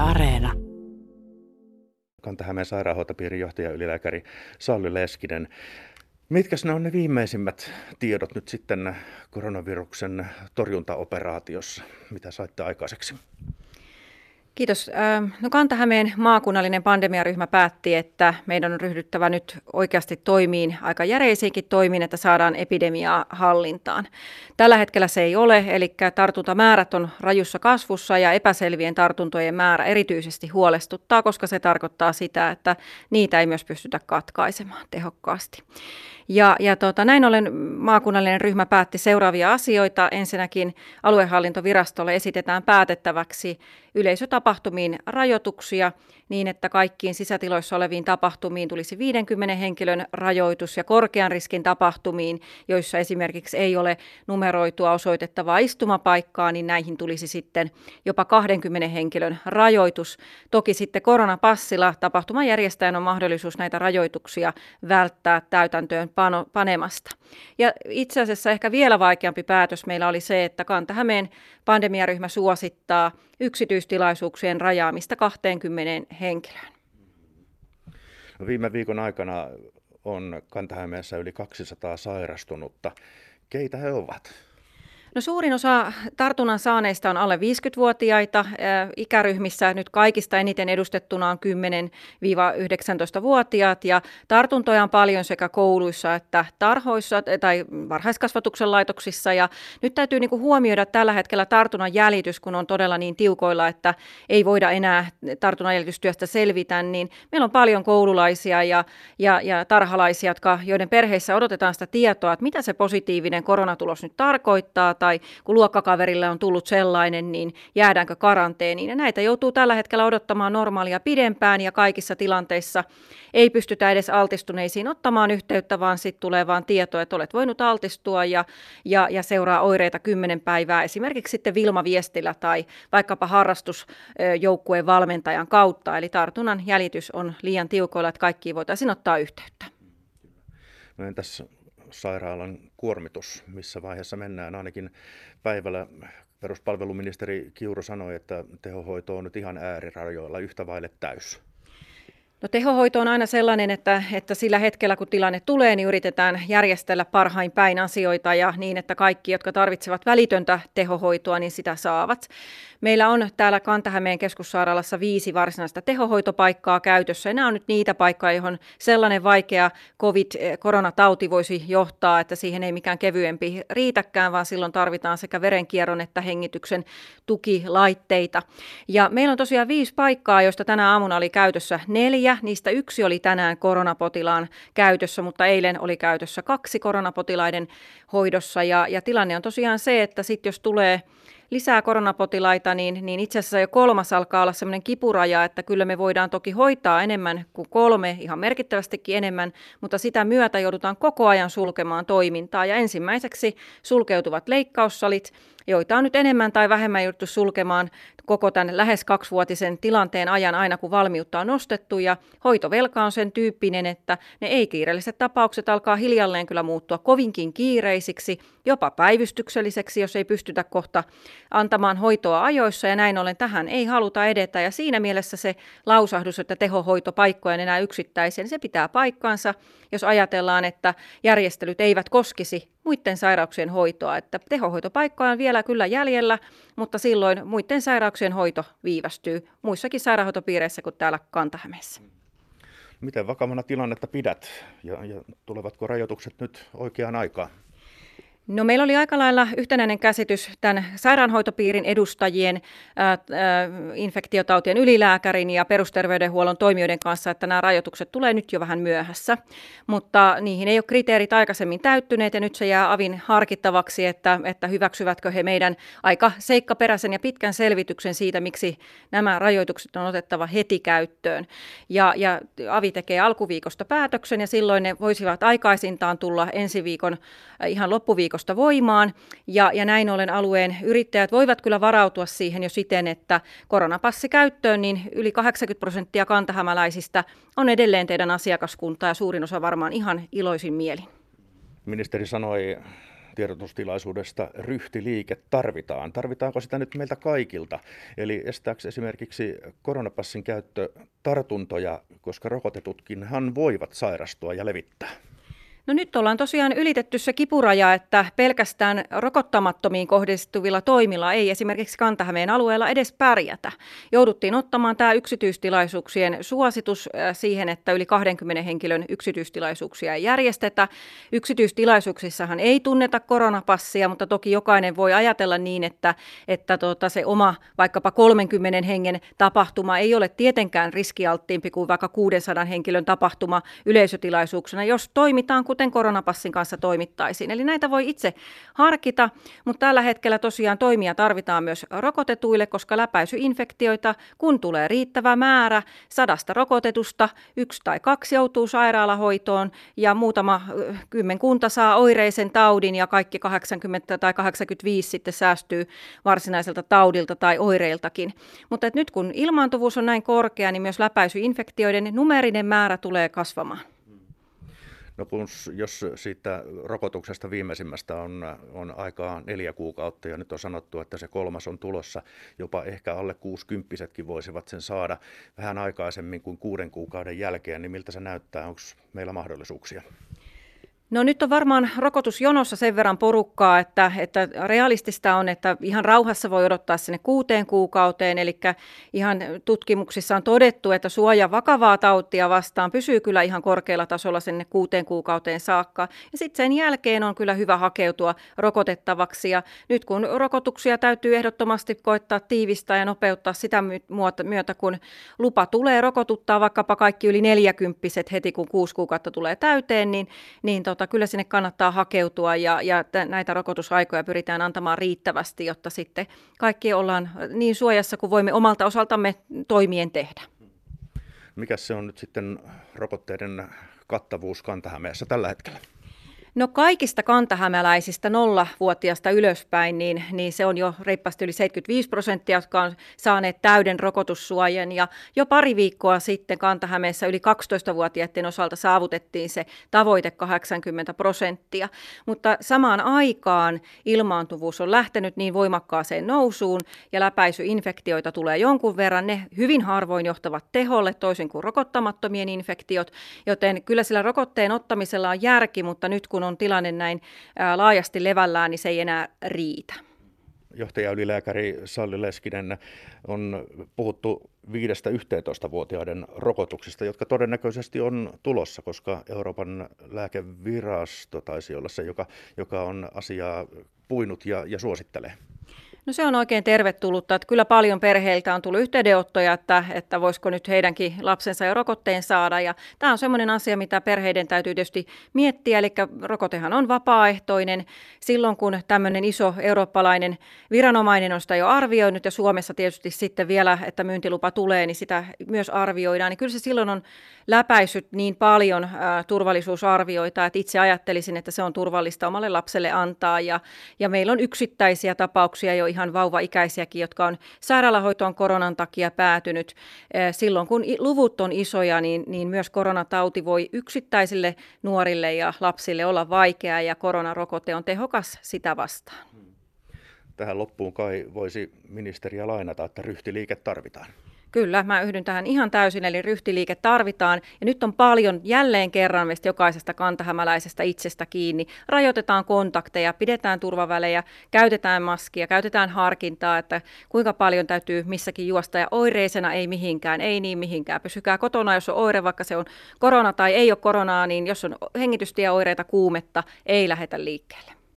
Areena. Kanta-Hämeen sairaanhoitopiirin johtaja ylilääkäri Salli Leskinen. Mitkäs ne on ne viimeisimmät tiedot nyt sitten koronaviruksen torjuntaoperaatiossa? Mitä saitte aikaiseksi? Kiitos. No Kanta-Hämeen maakunnallinen pandemiaryhmä päätti, että meidän on ryhdyttävä nyt oikeasti toimiin, aika järeisiinkin toimiin, että saadaan epidemiaa hallintaan. Tällä hetkellä se ei ole, eli tartuntamäärät on rajussa kasvussa ja epäselvien tartuntojen määrä erityisesti huolestuttaa, koska se tarkoittaa sitä, että niitä ei myös pystytä katkaisemaan tehokkaasti. Näin ollen maakunnallinen ryhmä päätti seuraavia asioita. Ensinnäkin aluehallintovirastolle esitetään päätettäväksi yleisötapahtumiin rajoituksia niin, että kaikkiin sisätiloissa oleviin tapahtumiin tulisi 50 henkilön rajoitus ja korkean riskin tapahtumiin, joissa esimerkiksi ei ole numeroitua osoitettavaa istumapaikkaa, niin näihin tulisi sitten jopa 20 henkilön rajoitus. Toki sitten koronapassilla tapahtumajärjestäjän on mahdollisuus näitä rajoituksia välttää täytäntöön panemasta. Ja itse asiassa ehkä vielä vaikeampi päätös meillä oli se, että Kanta-Hämeen pandemiaryhmä suosittaa yksityistilaisuuksien rajaamista 20 henkilöön. Viime viikon aikana on Kanta-Hämeessä yli 200 sairastunutta. Keitä he ovat? No suurin osa tartunnan saaneista on alle 50-vuotiaita. Ikäryhmissä nyt kaikista eniten edustettuna on 10-19-vuotiaat ja tartuntoja on paljon sekä kouluissa että tarhoissa tai varhaiskasvatuksen laitoksissa. Ja nyt täytyy huomioida tällä hetkellä tartunnan jäljitys, kun on todella niin tiukoilla, että ei voida enää tartunnan jäljitystyöstä selvitä, niin meillä on paljon koululaisia ja tarhalaisia, joiden perheissä odotetaan sitä tietoa, että mitä se positiivinen koronatulos nyt tarkoittaa, tai kun luokkakaverille on tullut sellainen, niin jäädäänkö karanteeniin. Ja näitä joutuu tällä hetkellä odottamaan normaalia pidempään ja kaikissa tilanteissa ei pystytä edes altistuneisiin ottamaan yhteyttä, vaan sitten tulee vaan tieto, että olet voinut altistua ja seuraa oireita 10 päivää esimerkiksi sitten Vilma-viestillä tai vaikkapa harrastusjoukkueen valmentajan kautta. Eli tartunnan jäljitys on liian tiukoilla, että kaikkiin voitaisiin ottaa yhteyttä. No entäs sairaalan kuormitus, missä vaiheessa mennään? Ainakin päivällä peruspalveluministeri Kiuru sanoi, että tehohoito on nyt ihan äärirajoilla, yhtä vaille täys. No tehohoito on aina sellainen, että sillä hetkellä kun tilanne tulee, niin yritetään järjestellä parhain päin asioita ja niin, että kaikki, jotka tarvitsevat välitöntä tehohoitoa, niin sitä saavat. Meillä on täällä Kanta-Hämeen keskussairaalassa 5 varsinaista tehohoitopaikkaa käytössä. Ja nämä on nyt niitä paikkoja, johon sellainen vaikea koronatauti voisi johtaa, että siihen ei mikään kevyempi riitäkään, vaan silloin tarvitaan sekä verenkierron että hengityksen tukilaitteita. Ja meillä on tosiaan 5 paikkaa, joista tänä aamuna oli käytössä 4. Niistä 1 oli tänään koronapotilaan käytössä, mutta eilen oli käytössä 2 koronapotilaiden hoidossa. Ja tilanne on tosiaan se, että sitten jos tulee lisää koronapotilaita, niin itse asiassa jo 3. alkaa olla sellainen kipuraja, että kyllä me voidaan toki hoitaa enemmän kuin 3, ihan merkittävästikin enemmän, mutta sitä myötä joudutaan koko ajan sulkemaan toimintaa. Ja ensimmäiseksi sulkeutuvat leikkaussalit, joita on nyt enemmän tai vähemmän jouduttu sulkemaan koko tämän lähes 2-vuotisen tilanteen ajan aina kun valmiutta on nostettu ja hoitovelka on sen tyyppinen, että ne ei-kiireelliset tapaukset alkaa hiljalleen kyllä muuttua kovinkin kiireisiksi, jopa päivystykselliseksi, jos ei pystytä kohta antamaan hoitoa ajoissa ja näin ollen tähän ei haluta edetä ja siinä mielessä se lausahdus, että tehohoitopaikkoja on enää yksittäisiä, niin se pitää paikkaansa, jos ajatellaan, että järjestelyt eivät koskisi muiden sairauksien hoitoa, että tehohoitopaikkoja on vielä kyllä jäljellä, mutta silloin muiden sairauksien hoito viivästyy muissakin sairaanhoitopiireissä kuin täällä Kanta-Hämeessä. Miten vakavana tilannetta pidät ja tulevatko rajoitukset nyt oikeaan aikaan? No meillä oli aika lailla yhtenäinen käsitys tämän sairaanhoitopiirin edustajien, infektiotautien ylilääkärin ja perusterveydenhuollon toimijoiden kanssa, että nämä rajoitukset tulee nyt jo vähän myöhässä, mutta niihin ei ole kriteerit aikaisemmin täyttyneet ja nyt se jää avin harkittavaksi, että hyväksyvätkö he meidän aika seikkaperäisen ja pitkän selvityksen siitä, miksi nämä rajoitukset on otettava heti käyttöön. Ja avi tekee alkuviikosta päätöksen ja silloin ne voisivat aikaisintaan tulla ensi viikon ihan loppuviikosta voimaan ja näin ollen alueen yrittäjät voivat kyllä varautua siihen jo siten, että koronapassi käyttöön, niin yli 80% kantahämäläisistä on edelleen teidän asiakaskuntaa ja suurin osa varmaan ihan iloisin mielin. Ministeri sanoi tiedotustilaisuudesta ryhtiliike tarvitaan. Tarvitaanko sitä nyt meiltä kaikilta? Eli estääkö esimerkiksi koronapassin käyttö tartuntoja, koska rokotetutkinhan voivat sairastua ja levittää? No nyt ollaan tosiaan ylitetty se kipuraja, että pelkästään rokottamattomiin kohdistuvilla toimilla ei esimerkiksi Kanta-Hämeen alueella edes pärjätä. Jouduttiin ottamaan tämä yksityistilaisuuksien suositus siihen, että yli 20 henkilön yksityistilaisuuksia ei järjestetä. Yksityistilaisuuksissahan ei tunneta koronapassia, mutta toki jokainen voi ajatella niin, että se oma vaikkapa 30 hengen tapahtuma ei ole tietenkään riskialttiimpi kuin vaikka 600 henkilön tapahtuma yleisötilaisuuksena, jos toimitaan kuten koronapassin kanssa toimittaisiin. Eli näitä voi itse harkita, mutta tällä hetkellä tosiaan toimia tarvitaan myös rokotetuille, koska läpäisyinfektioita, kun tulee riittävä määrä 100 rokotetusta, 1 tai 2 joutuu sairaalahoitoon ja muutama kymmenkunta saa oireisen taudin ja kaikki 80 tai 85 sitten säästyy varsinaiselta taudilta tai oireiltakin. Mutta nyt kun ilmaantuvuus on näin korkea, niin myös läpäisyinfektioiden numeerinen määrä tulee kasvamaan. No jos siitä rokotuksesta viimeisimmästä on aikaa 4 kuukautta ja nyt on sanottu, että se 3. on tulossa, jopa ehkä alle 60-vuotiaatkin voisivat sen saada vähän aikaisemmin kuin 6 kuukauden jälkeen, niin miltä se näyttää? Onko meillä mahdollisuuksia? No nyt on varmaan rokotusjonossa sen verran porukkaa, että realistista on, että ihan rauhassa voi odottaa sinne 6 kuukauteen, eli ihan tutkimuksissa on todettu, että suoja vakavaa tautia vastaan pysyy kyllä ihan korkealla tasolla sinne 6 kuukauteen saakka. Ja sitten sen jälkeen on kyllä hyvä hakeutua rokotettavaksi, ja nyt kun rokotuksia täytyy ehdottomasti koettaa tiivistää ja nopeuttaa sitä myötä, kun lupa tulee rokotuttaa vaikkapa kaikki yli 40-vuotiaat heti, kun 6 kuukautta tulee täyteen, niin kyllä sinne kannattaa hakeutua ja näitä rokotusaikoja pyritään antamaan riittävästi, jotta sitten kaikki ollaan niin suojassa kuin voimme omalta osaltamme toimien tehdä. Mikä se on nyt sitten rokotteiden kattavuus Kanta-Hämeessä tällä hetkellä? No kaikista kantahämäläisistä 0-vuotiaasta ylöspäin, niin se on jo reippaasti yli 75%, jotka on saaneet täyden rokotussuojan. Ja jo pari viikkoa sitten Kanta-Hämeessä yli 12-vuotiaiden osalta saavutettiin se tavoite 80%. Mutta samaan aikaan ilmaantuvuus on lähtenyt niin voimakkaaseen nousuun ja läpäisyinfektioita tulee jonkun verran. Ne hyvin harvoin johtavat teholle toisin kuin rokottamattomien infektiot, joten kyllä sillä rokotteen ottamisella on järki, mutta nyt kun on tilanne näin laajasti levällään, niin se ei enää riitä. Johtajaylilääkäri Salli Leskinen, on puhuttu 5–11-vuotiaiden rokotuksista, jotka todennäköisesti on tulossa, koska Euroopan lääkevirasto taisi olla se, joka on asiaa puinut ja suosittelee. No se on oikein tervetullutta, että kyllä paljon perheiltä on tullut yhteydenottoja, että voisiko nyt heidänkin lapsensa jo rokotteen saada. Ja tämä on semmoinen asia, mitä perheiden täytyy tietysti miettiä, eli rokotehan on vapaaehtoinen. Silloin kun tämmöinen iso eurooppalainen viranomainen on sitä jo arvioinut ja Suomessa tietysti sitten vielä, että myyntilupa tulee, niin sitä myös arvioidaan. Niin kyllä se silloin on läpäisyt niin paljon turvallisuusarvioita, että itse ajattelisin, että se on turvallista omalle lapselle antaa. Ja meillä on yksittäisiä tapauksia jo ihan vauva-ikäisiäkin, jotka on sairaalahoitoon koronan takia päätynyt. Silloin kun luvut on isoja, niin myös koronatauti voi yksittäisille nuorille ja lapsille olla vaikea ja koronarokote on tehokas sitä vastaan. Tähän loppuun kai voisi ministeriä lainata, että ryhtiliike tarvitaan. Kyllä, mä yhdyn tähän ihan täysin, eli ryhtiliike tarvitaan. Ja nyt on paljon jälleen kerran meistä jokaisesta kantahämäläisestä itsestä kiinni. Rajoitetaan kontakteja, pidetään turvavälejä, käytetään maskia, käytetään harkintaa, että kuinka paljon täytyy missäkin juosta. Ja oireisena ei mihinkään, ei niin mihinkään. Pysykää kotona, jos on oire, vaikka se on korona tai ei ole koronaa, niin jos on hengitystieoireita, kuumetta, ei lähdetä liikkeelle.